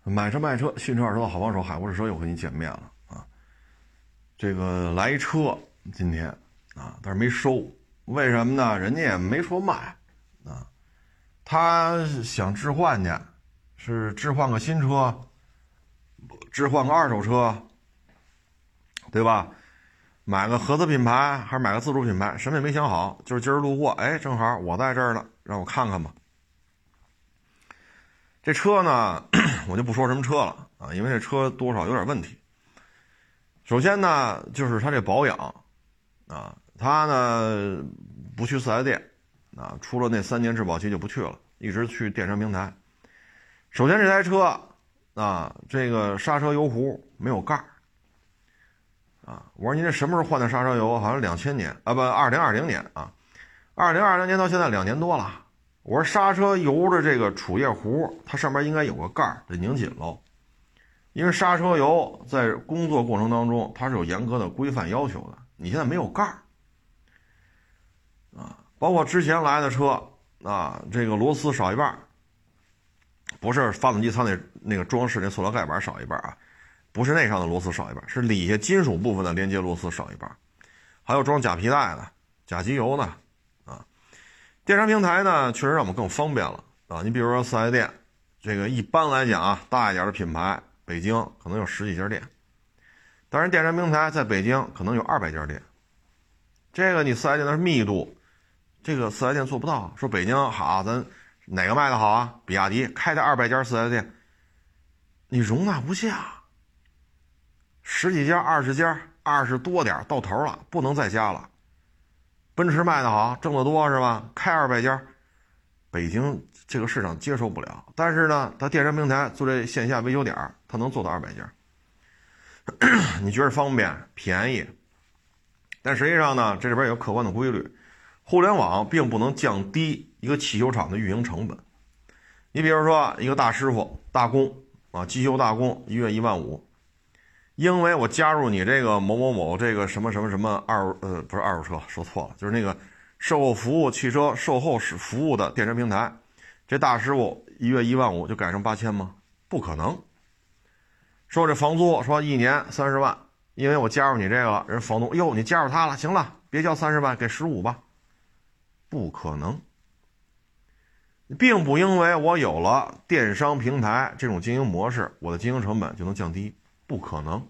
买车卖车，新车二手车的好帮手，海博士车又和你见面了啊！这个来一车今天啊，但是没收，为什么呢？人家也没说卖啊，他想置换去，是置换个新车，置换个二手车，对吧？买个合资品牌还是买个自主品牌，什么也没想好，就是今儿路过，哎，正好我在这儿呢，让我看看吧。这车呢，我就不说什么车了啊，因为这车多少有点问题。首先呢，就是它这保养啊，它呢不去4S店啊，出了那3年质保期就不去了，一直去电商平台。首先这台车啊，这个刹车油壶没有盖儿啊，我说您这什么时候换的刹车油？好像2000年啊，不，2020年啊，2020年到现在2年多了。我说刹车油的这个储液壶，它上面应该有个盖儿，得拧紧喽。因为刹车油在工作过程当中，它是有严格的规范要求的。你现在没有盖儿啊，包括之前来的车啊，这个螺丝少一半，不是发动机舱那个装饰那塑料盖板少一半啊，不是那上的螺丝少一半，是底下金属部分的连接螺丝少一半，还有装假皮带的、假机油的。电商平台呢，确实让我们更方便了啊！你比如说4S店，这个一般来讲啊，大一点的品牌，北京可能有10几家店，但是电商平台在北京可能有200家店。这个你4S店的密度，这个4S店做不到。说北京好，咱哪个卖的好啊？比亚迪开的200家4S店，你容纳不下，10几家、20家、20多点到头了，不能再加了。奔驰卖的好，挣得多是吧？开200家，北京这个市场接受不了。但是呢，它电商平台做这线下维修点，它能做到200家。你觉得方便、便宜，但实际上呢，这里边有客观的规律，互联网并不能降低一个汽修厂的运营成本。你比如说一个大师傅、大工啊，机修大工，一月15000，因为我加入你这个某某某这个什么什么什么不是二手车，说错了，就是那个售后服务、汽车售后服务的电商平台，这大师傅一月15000就改成8000吗？不可能。说这房租说1年30万，因为我加入你这个了，人房东哟，你加入他了，行了，别交30万，给15吧，不可能。并不因为我有了电商平台这种经营模式，我的经营成本就能降低。不可能。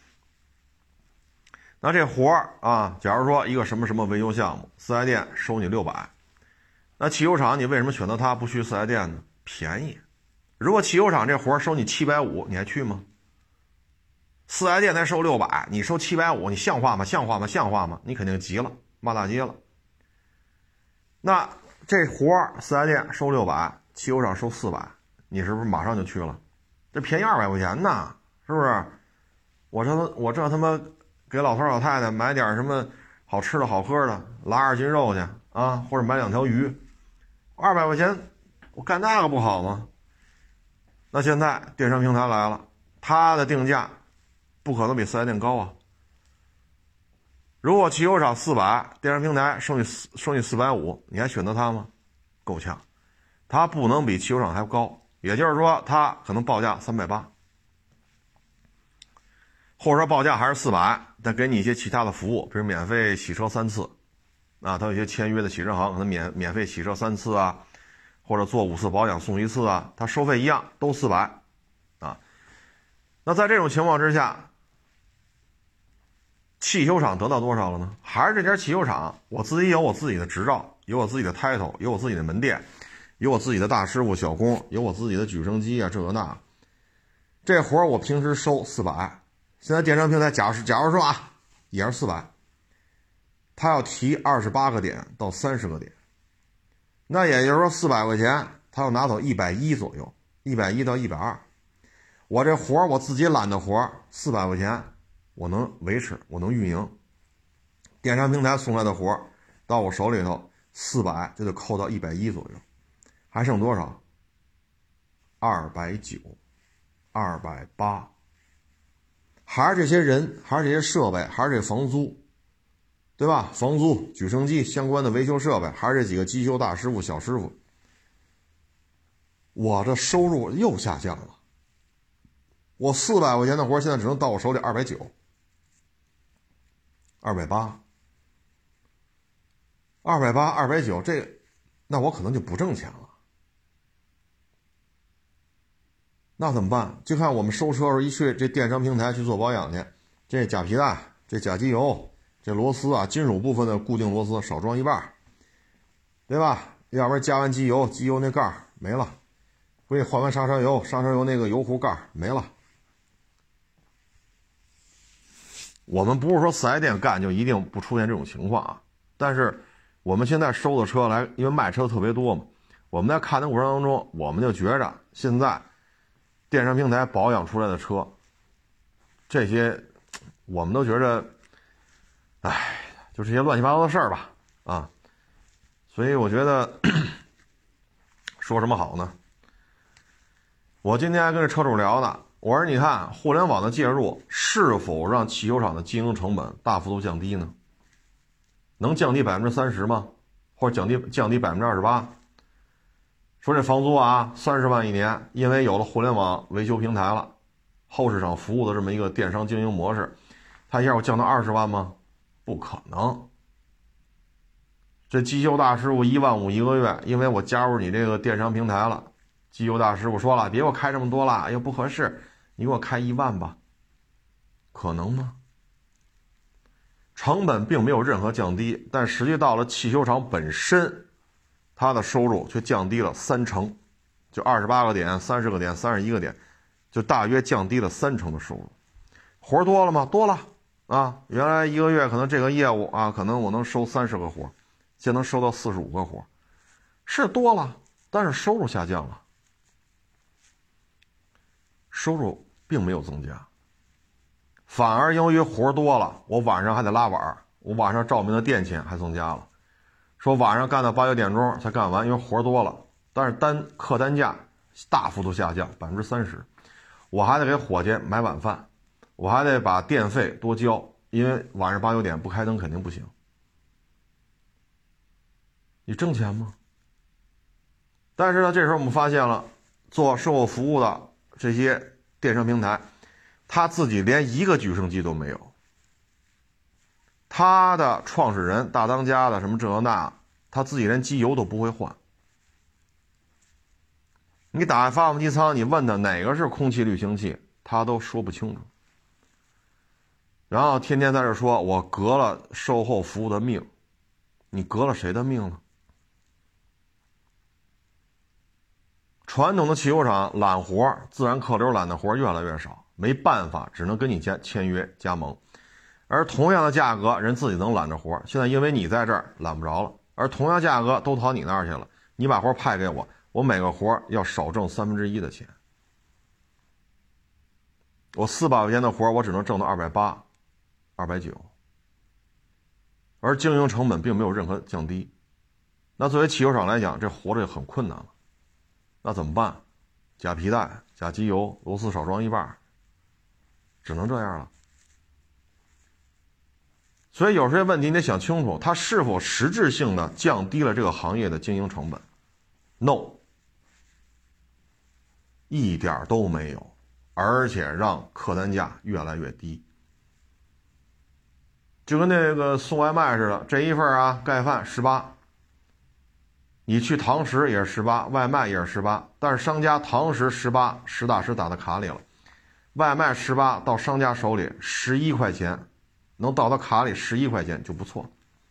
那这活啊，假如说一个什么什么维修项目，4S店收你600，那汽修厂你为什么选择它不去4S店呢？便宜。如果汽修厂这活收你750，你还去吗？4S店才收600，你收750，你像话吗？像话吗？像话吗？你肯定急了，骂大街了。那这活4S店收600，汽修厂收400，你是不是马上就去了？这便宜200块钱呢？是不是？我这他妈给老头老太太买点什么好吃的好喝的，拉2斤肉去啊，或者买2条鱼，200块钱我干那个不好吗？那现在电商平台来了，它的定价不可能比4S店高啊。如果汽修厂400，电商平台收你450，你还选择它吗？够呛，它不能比汽修厂还高，也就是说它可能报价380。或者说报价还是400，但给你一些其他的服务，比如免费洗车3次啊，它有一些签约的洗车行可能免费洗车3次啊，或者做5次保养送1次啊，它收费一样，都400啊。那在这种情况之下，汽修厂得到多少了呢？还是这家汽修厂，我自己有我自己的执照，有我自己的 title， 有我自己的门店，有我自己的大师傅小工，有我自己的举升机啊，这个那，这活我平时收400。现在电商平台假如说啊，也是400，他要提28个点到30个点，那也就是说400块钱，他要拿走110左右，110到120。我这活我自己揽的活400块钱，我能维持，我能运营。电商平台送来的活到我手里头，400就得扣到110左右，还剩多少？290、280。还是这些人，还是这些设备，还是这房租，对吧？房租、举升机相关的维修设备，还是这几个机修大师傅、小师傅，我的收入又下降了。 我400块钱的活现在只能到我手里290、280、290，这那我可能就不挣钱了。那怎么办？就看我们收车时候一去这电商平台去做保养去，这假皮带、这假机油、这螺丝啊，金属部分的固定螺丝少装一半，对吧？要不然加完机油，机油那盖没了，回去换完刹车油，刹车油那个油壶盖没了。我们不是说4S店干就一定不出现这种情况啊，但是我们现在收的车来，因为卖车特别多嘛，我们在看的过程当中，我们就觉着现在电商平台保养出来的车，这些我们都觉着，哎，就这些乱七八糟的事儿吧，啊，所以我觉得说什么好呢？我今天还跟这车主聊呢，我说你看互联网的介入是否让汽修厂的经营成本大幅度降低呢？能降低30%吗？或者降低28%？说这房租啊30万一年，因为有了互联网维修平台了，后市场服务的这么一个电商经营模式，它一下我降到20万吗？不可能。这机修大师傅1万5一个月，因为我加入你这个电商平台了，机修大师傅说了，别给我开这么多了，哎呦不合适，你给我开1万吧，可能吗？成本并没有任何降低，但实际到了汽修厂本身，它的收入却降低了30%，就28个点、30个点、31个点，就大约降低了30%的收入。活多了吗？多了啊！原来一个月可能这个业务啊，可能我能收30个活，现在能收到45个活，是多了，但是收入下降了，收入并没有增加，反而由于活多了，我晚上还得拉碗，我晚上照明的电钱还增加了。说晚上干到8、9点钟才干完，因为活多了，但是客单价大幅度下降30%，我还得给伙计买晚饭，我还得把电费多交，因为晚上8、9点不开灯肯定不行。你挣钱吗？但是呢，这时候我们发现了，做售后服务的这些电商平台，他自己连一个举升机都没有。他的创始人大当家的什么这那，他自己连机油都不会换。你打开发动机舱，你问他哪个是空气滤清器，他都说不清楚。然后天天在这说我革了售后服务的命，你革了谁的命了？传统的汽修厂揽活，自然客流揽的活越来越少，没办法，只能跟你签约加盟。而同样的价格，人自己能揽着活，现在因为你在这儿揽不着了，而同样价格都逃你那儿去了，你把活派给我，我每个活要少挣1/3的钱。我400块钱的活，我只能挣到280、290，而经营成本并没有任何降低。那作为汽修厂来讲，这活着也很困难了。那怎么办？假皮带、假机油、螺丝少装一半，只能这样了。所以有些问题你得想清楚，它是否实质性的降低了这个行业的经营成本 ？No， 一点都没有，而且让客单价越来越低。就跟那个送外卖似的，这一份啊盖饭18，你去堂食也是18，外卖也是18，但是商家堂食18，实打实打到卡里了，外卖18到商家手里11块钱。能到他卡里11块钱就不错。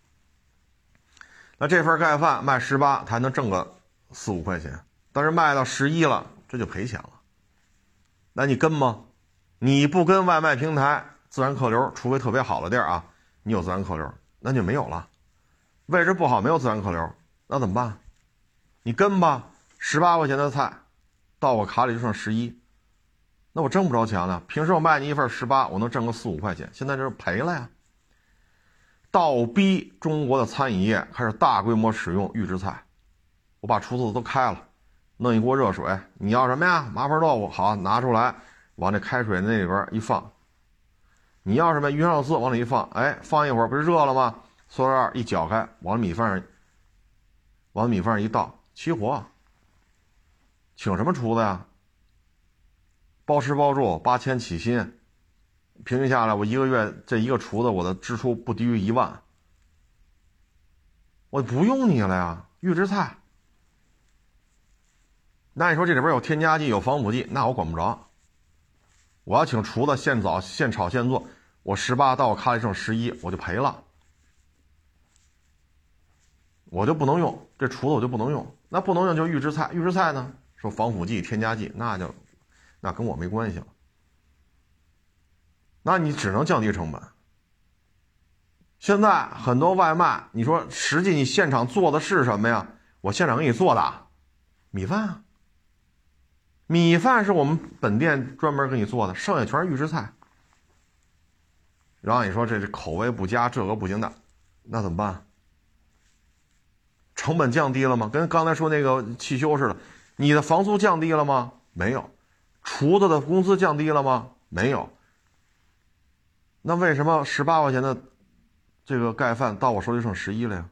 那这份盖饭卖18，他还能挣个4、5块钱，但是卖到11了，这就赔钱了。那你跟吗？你不跟外卖平台，自然客流，除非特别好的地儿啊，你有自然客流，那就没有了。位置不好，没有自然客流，那怎么办？你跟吧，18块钱的菜，到我卡里就剩11。那我挣不着钱了，平时我卖你一份18，我能挣个4、5块钱，现在这是赔了呀。倒逼中国的餐饮业开始大规模使用预制菜，我把厨子都开了，弄一锅热水，你要什么呀？麻婆豆腐，好，拿出来，往这开水那里边一放。你要什么鱼香肉丝，往里一放，哎，放一会儿不是热了吗？塑料袋一搅开，往米饭上一倒，起火。请什么厨子呀？ 包吃包住8000起薪，平均下来我一个月这一个厨子我的支出不低于1万，我不用你了呀，预制菜。那你说这里边有添加剂有防腐剂，那我管不着。我要请厨子现炒现做，我18到我卡里剩11，我就赔了，我就不能用这厨子，我就不能用。那不能用就预制菜，预制菜呢说防腐剂添加剂，那跟我没关系了。那你只能降低成本。现在很多外卖，你说实际你现场做的是什么呀？我现场给你做的米饭啊，米饭是我们本店专门给你做的，剩下全是预制菜。然后你说这口味不佳，这个不行的，那怎么办？成本降低了吗？跟刚才说那个汽修似的，你的房租降低了吗？没有。厨子的工资降低了吗？没有。那为什么18块钱的这个盖饭到我手里剩11了呀？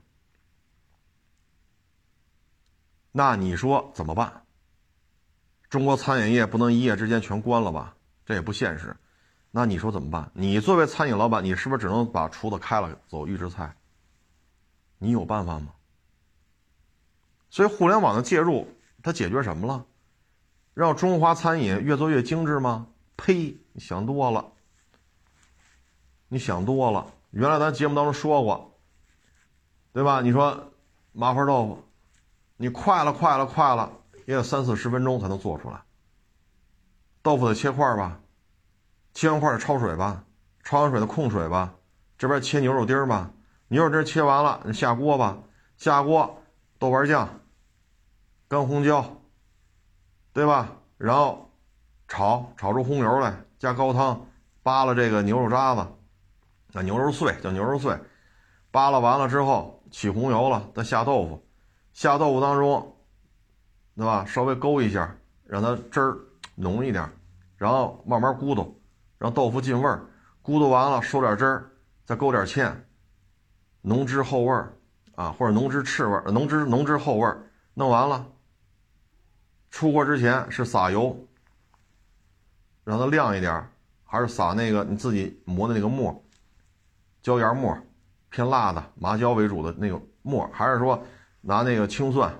那你说怎么办？中国餐饮业不能一夜之间全关了吧？这也不现实。那你说怎么办？你作为餐饮老板，你是不是只能把厨子开了走预制菜？你有办法吗？所以互联网的介入它解决什么了？让中华餐饮越做越精致吗？呸，你想多了。你想多了。原来咱节目当中说过，对吧？你说麻婆豆腐，你快了也有30-40分钟才能做出来。豆腐得切块吧，切完块得焯水吧，焯完水的控水吧，这边切牛肉丁吧，牛肉丁切完了你下锅吧，下锅豆瓣酱、干红椒，对吧？然后炒出红油来，加高汤，扒了这个牛肉渣子，那牛肉碎叫牛肉碎，扒拉完了之后起红油了，再下豆腐，下豆腐当中，对吧？稍微勾一下，让它汁儿浓一点，然后慢慢咕嘟，让豆腐进味儿，咕嘟完了收点汁儿，再勾点芡，浓汁厚味儿啊，或者浓汁赤味儿，浓汁厚味儿，弄完了。出锅之前是撒油，让它亮一点，还是撒那个你自己磨的那个末，椒盐末，偏辣的麻椒为主的那个末，还是说拿那个青蒜、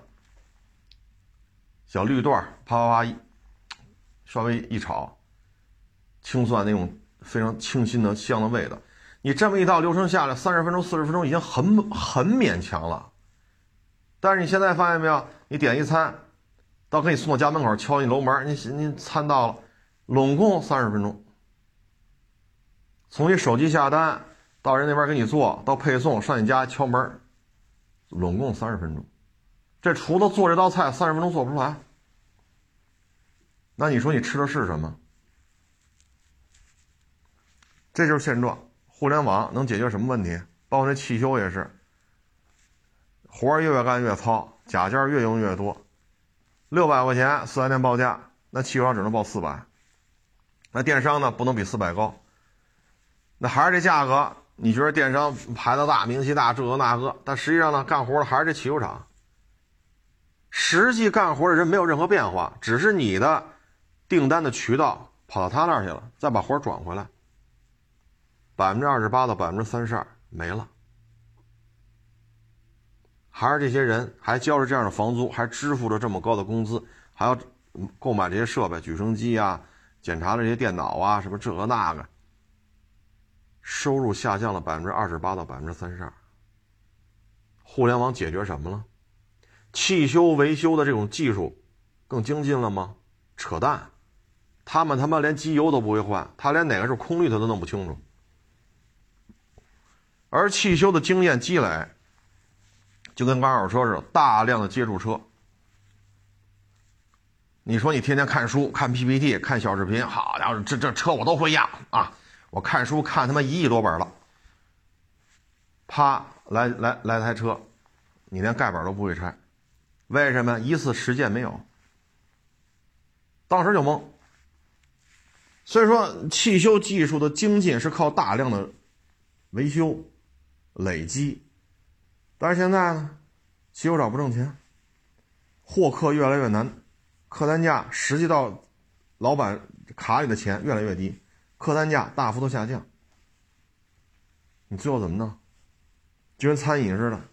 小绿段啪啪啪稍微一炒，青蒜那种非常清新的香的味道。你这么一道流程下来，30分钟40分钟已经很勉强了。但是你现在发现没有，你点一餐到给你送到家门口，敲你楼门，你餐到了，拢共30分钟。从你手机下单到人那边给你做，到配送上你家敲门，拢共30分钟。这厨子做这道菜30分钟做不出来，那你说你吃的是什么？这就是现状。互联网能解决什么问题？包括这汽修也是，活儿越干越糙，假件越用越多。600块钱4S店报价，那汽修厂只能报400，那电商呢不能比400高。那还是这价格，你觉得电商牌子大名气大这个那个，但实际上呢干活的还是这汽修厂。实际干活的人没有任何变化，只是你的订单的渠道跑到他那儿去了，再把活转回来，28%到32%没了。还是这些人还交着这样的房租，还支付着这么高的工资，还要购买这些设备，举升机啊，检查这些电脑啊，什么这个那个，收入下降了28%到32%。互联网解决什么了？汽修维修的这种技术更精进了吗？扯淡，他们他妈连机油都不会换，他连哪个是空滤他都弄不清楚。而汽修的经验积累就跟二手车似的，大量的接触车。你说你天天看书看 PPT 看小视频，好家伙，这车我都会压啊，我看书看他妈1亿多本了，啪来台车，你连盖板都不会拆，为什么？一次实践没有，当时就懵。所以说汽修技术的精进是靠大量的维修累积，但是现在呢，汽修厂不挣钱，货客越来越难，客单价实际到老板卡里的钱越来越低，客单价大幅度下降，你最后怎么弄？就跟餐饮似的。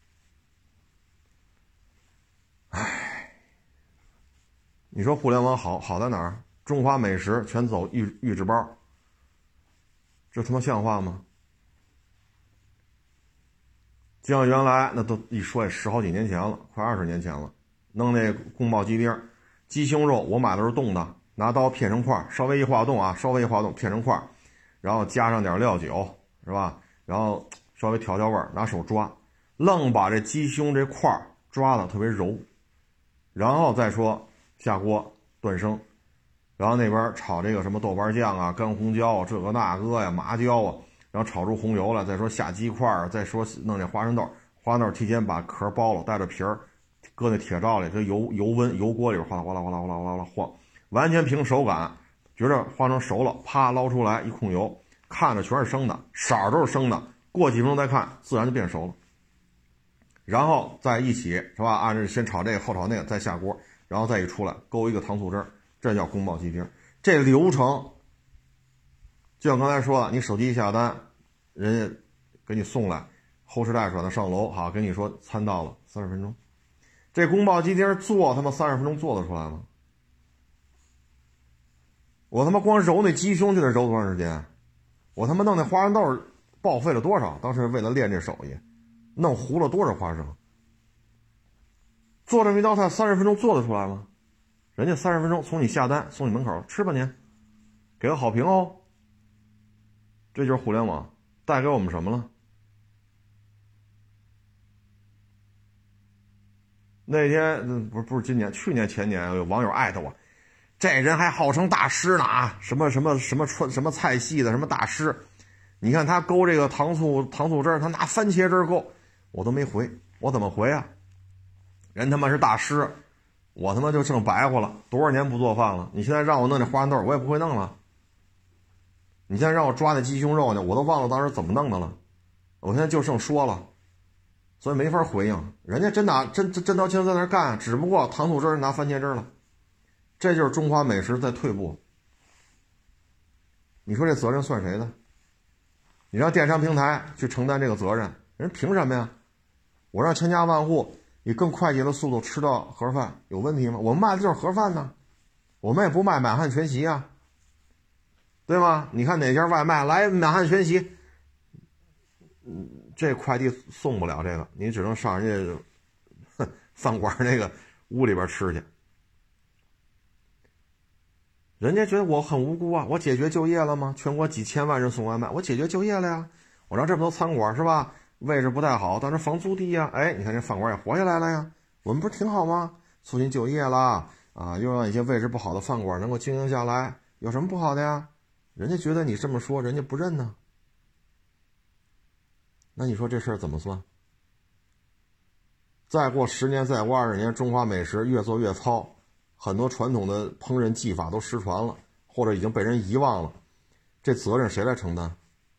唉，你说互联网好在哪儿？中华美食全走预制包，这他妈像话吗？就像原来那都一说也10好几年前了，快20年前了，弄那宫保鸡丁，鸡胸肉我买的是冻的，拿刀片成块，稍微一化冻片成块，然后加上点料酒，是吧？然后稍微调味，拿手抓，愣把这鸡胸这块抓的特别柔，然后再说下锅断生，然后那边炒这个什么豆瓣酱啊、干红椒啊、这个那个呀、麻椒啊，然后炒出红油来，再说下鸡块，再说弄这花生豆提前把壳剥了，带着皮儿搁那铁罩里，这油锅里边哗啦哗啦哗啦哗啦哗啦晃，完全凭手感，觉着花生熟了，啪捞出来一控油，看着全是生的，色儿都是生的，过几分钟再看，自然就变熟了。然后再一起是吧？按照先炒这个后炒那个，再下锅，然后再一出来勾一个糖醋汁儿，这叫宫保鸡丁。这流程就像刚才说的，你手机一下单，人家给你送来，后时带转的上楼，好跟你说餐到了30分钟。这宫保鸡丁做他妈30分钟做得出来吗？我他妈光揉那鸡胸就得揉多长时间？我他妈弄那花生豆报废了多少？当时为了练这手艺，弄糊了多少花生？做这么一道菜30分钟做得出来吗？人家30分钟从你下单送你门口，吃吧您，给个好评哦。这就是互联网带给我们什么了？那天不是今年，去年前年有网友艾特我，这人还号称大师呢啊，什么菜系的什么大师，你看他勾这个糖醋汁儿，他拿番茄汁儿勾，我都没回，我怎么回啊？人他妈是大师，我他妈就剩白活了，多少年不做饭了？你现在让我弄这花生豆，我也不会弄了。你现在让我抓那鸡胸肉呢，我都忘了当时怎么弄的了，我现在就剩说了，所以没法回应。人家真刀青在那干，只不过糖醋汁拿番茄汁了，这就是中华美食在退步。你说这责任算谁的？你让电商平台去承担这个责任，人凭什么呀？我让千家万户以更快捷的速度吃到盒饭，有问题吗？我们卖的就是盒饭呢，我们也不卖满汉全席啊，对吗？你看哪家外卖来满汉全席，这快递送不了这个，你只能上人家饭馆那个屋里边吃去。人家觉得我很无辜啊，我解决就业了吗？全国几千万人送外卖，我解决就业了呀，我让这么多餐馆是吧，位置不太好，但是房租低呀，哎，你看这饭馆也活下来了呀，我们不是挺好吗？促进就业啦，啊，又让一些位置不好的饭馆能够经营下来，有什么不好的呀？人家觉得你这么说，人家不认呢。那你说这事儿怎么算？再过10年，再过20年，中华美食越做越糙，很多传统的烹饪技法都失传了，或者已经被人遗忘了，这责任谁来承担？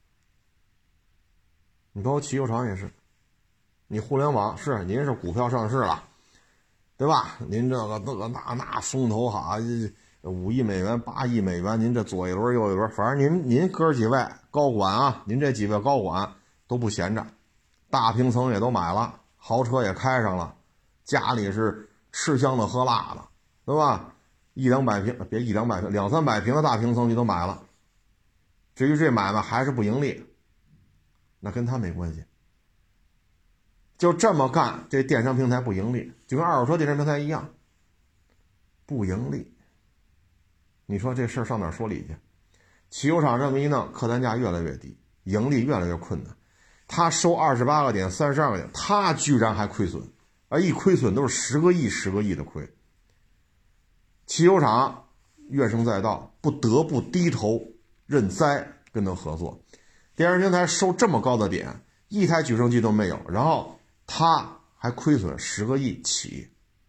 你包括汽油厂也是，你互联网是您是股票上市了，对吧？您这个那风头好，5亿美元、8亿美元，您这左一轮右一轮，反正您哥几位高管啊，您这几位高管都不闲着，大平层也都买了，豪车也开上了，家里是吃香的喝辣的，对吧？100-200平，别100-200平，200-300平的大平层你都买了。至于这买卖还是不盈利，那跟他没关系。就这么干，这电商平台不盈利，就跟二手车电商平台一样，不盈利。你说这事儿上哪儿说理去？汽油厂这么一弄，客单价越来越低，盈利越来越困难。他收28个点、32个点，他居然还亏损，而一亏损都是10个亿的亏。汽油厂怨声载道，不得不低头认栽，跟他合作。电商平台收这么高的点，一台举升机都没有，然后他还亏损10个亿起。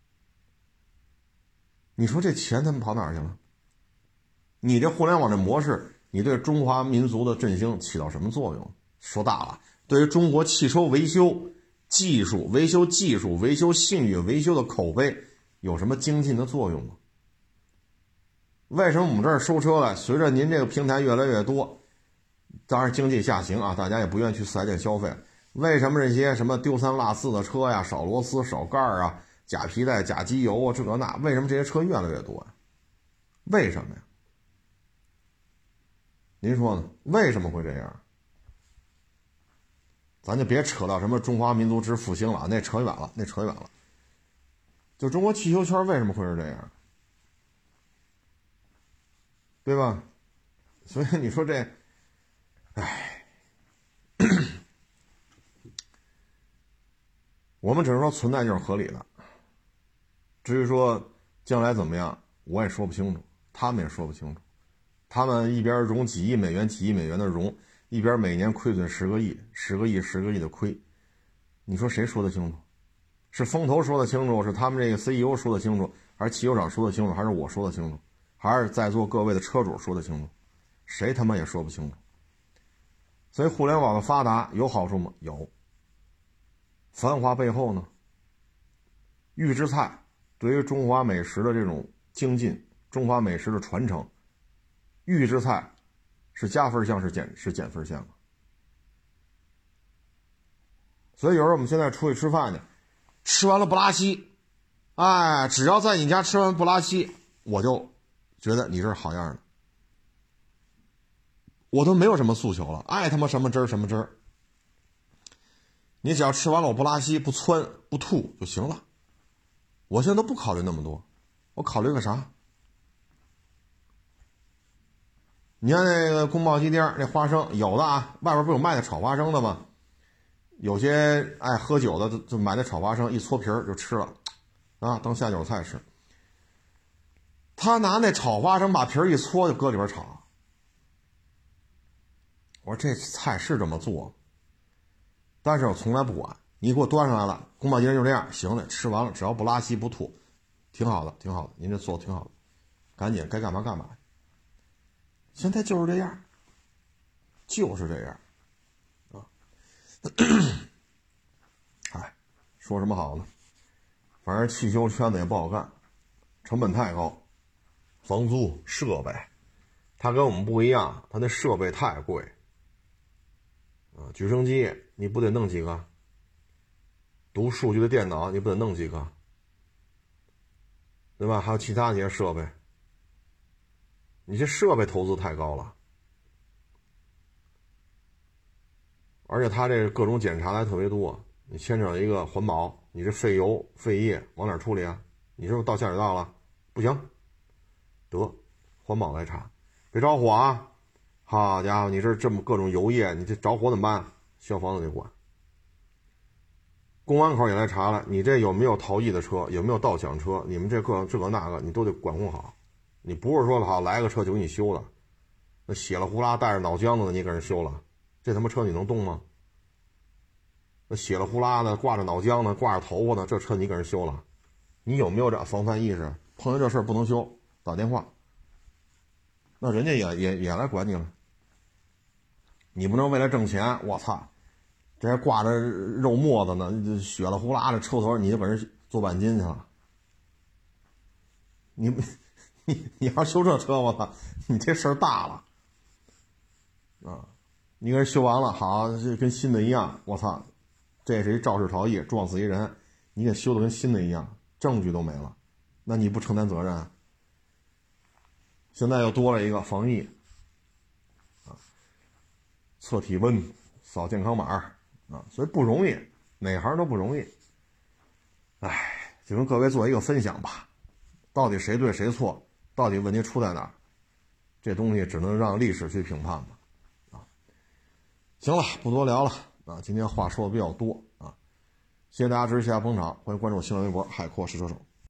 你说这钱他们跑哪儿去了？你这互联网的模式，你对中华民族的振兴起到什么作用？说大了，对于中国汽车维修技术、维修信誉、维修的口碑有什么精进的作用吗？ 为什么我们这儿收车了？随着您这个平台越来越多，当然经济下行啊，大家也不愿意去4S店消费。为什么这些什么丢三落四的车呀，少螺丝、少盖啊，假皮带、假机油啊，这个那，为什么这些车越来越多呀？为什么呀？您说呢？为什么会这样？咱就别扯到什么中华民族之复兴了，那扯远了，那扯远了。就中国汽修圈为什么会是这样？对吧？所以你说这，唉，我们只是说存在就是合理的。至于说将来怎么样，我也说不清楚，他们也说不清楚。他们一边融几亿美元、几亿美元的融，一边每年亏损10个亿、10个亿、10个亿的亏，你说谁说得清楚？是风投说得清楚，是他们这个 CEO 说得清楚，还是汽油厂说得清楚，还是我说得清楚，还是在座各位的车主说得清楚？谁他妈也说不清楚。所以互联网的发达有好处吗？有。繁华背后呢？预制菜对于中华美食的这种精进，中华美食的传承，预制菜是加分项是减分项。所以有时候我们现在出去吃饭去，吃完了不拉稀，哎，只要在你家吃完不拉稀，我就觉得你这是好样的，我都没有什么诉求了，爱他妈什么汁儿什么汁儿，你只要吃完了我不拉稀、不窜、不吐就行了。我现在都不考虑那么多，我考虑个啥？你看那个宫保鸡丁那花生，有的啊，外边不有卖的炒花生的吗？有些爱喝酒的就买那炒花生，一搓皮儿就吃了，啊，当下酒菜吃。他拿那炒花生把皮儿一搓就搁里边炒。我说这菜是这么做，但是我从来不管，你给我端上来了，宫保鸡丁就这样，行了，吃完了只要不拉稀不吐，挺好的，挺好的，您这做的挺好的，赶紧该干嘛干嘛。现在就是这样，就是这样，啊，哎，说什么好呢？反正汽修圈子也不好干，成本太高，房租、设备，它跟我们不一样，它那设备太贵，啊，举升机你不得弄几个？读数据的电脑你不得弄几个？对吧？还有其他那些设备，你这设备投资太高了，而且它这各种检查还特别多，你牵扯一个环保，你这废油废液往哪处理啊？你是不是到下水道了？不行，得环保来查，别着火啊！好家伙，你这么各种油液，你这着火怎么办？消防得管。公安口也来查了，你这有没有逃逸的车，有没有盗抢车？你们这个那个，你都得管控好。你不是说好来个车就给你修了，那血了呼啦带着脑浆子的你给人修了，这他妈车你能动吗？那血了呼啦的挂着脑浆的挂着头发的，这车你给人修了，你有没有这防范意识？碰见这事儿不能修，打电话，那人家也来管你了。你不能为了挣钱，我操，这还挂着肉沫子呢，血了呼啦的抽头，你就给人做钣金去了。你要修这车，我操，你这事儿大了啊！你给人修完了，好，这跟新的一样，我操，这是一肇事逃逸，撞死一人，你给修的跟新的一样，证据都没了，那你不承担责任？现在又多了一个防疫啊，测体温、扫健康码啊，所以不容易，哪行都不容易。哎，就跟各位做一个分享吧，到底谁对谁错，到底问题出在哪儿？这东西只能让历史去评判吧。啊，行了，不多聊了啊，今天话说的比较多啊，谢谢大家支持，谢谢捧场，欢迎关注新浪微博海阔试车手。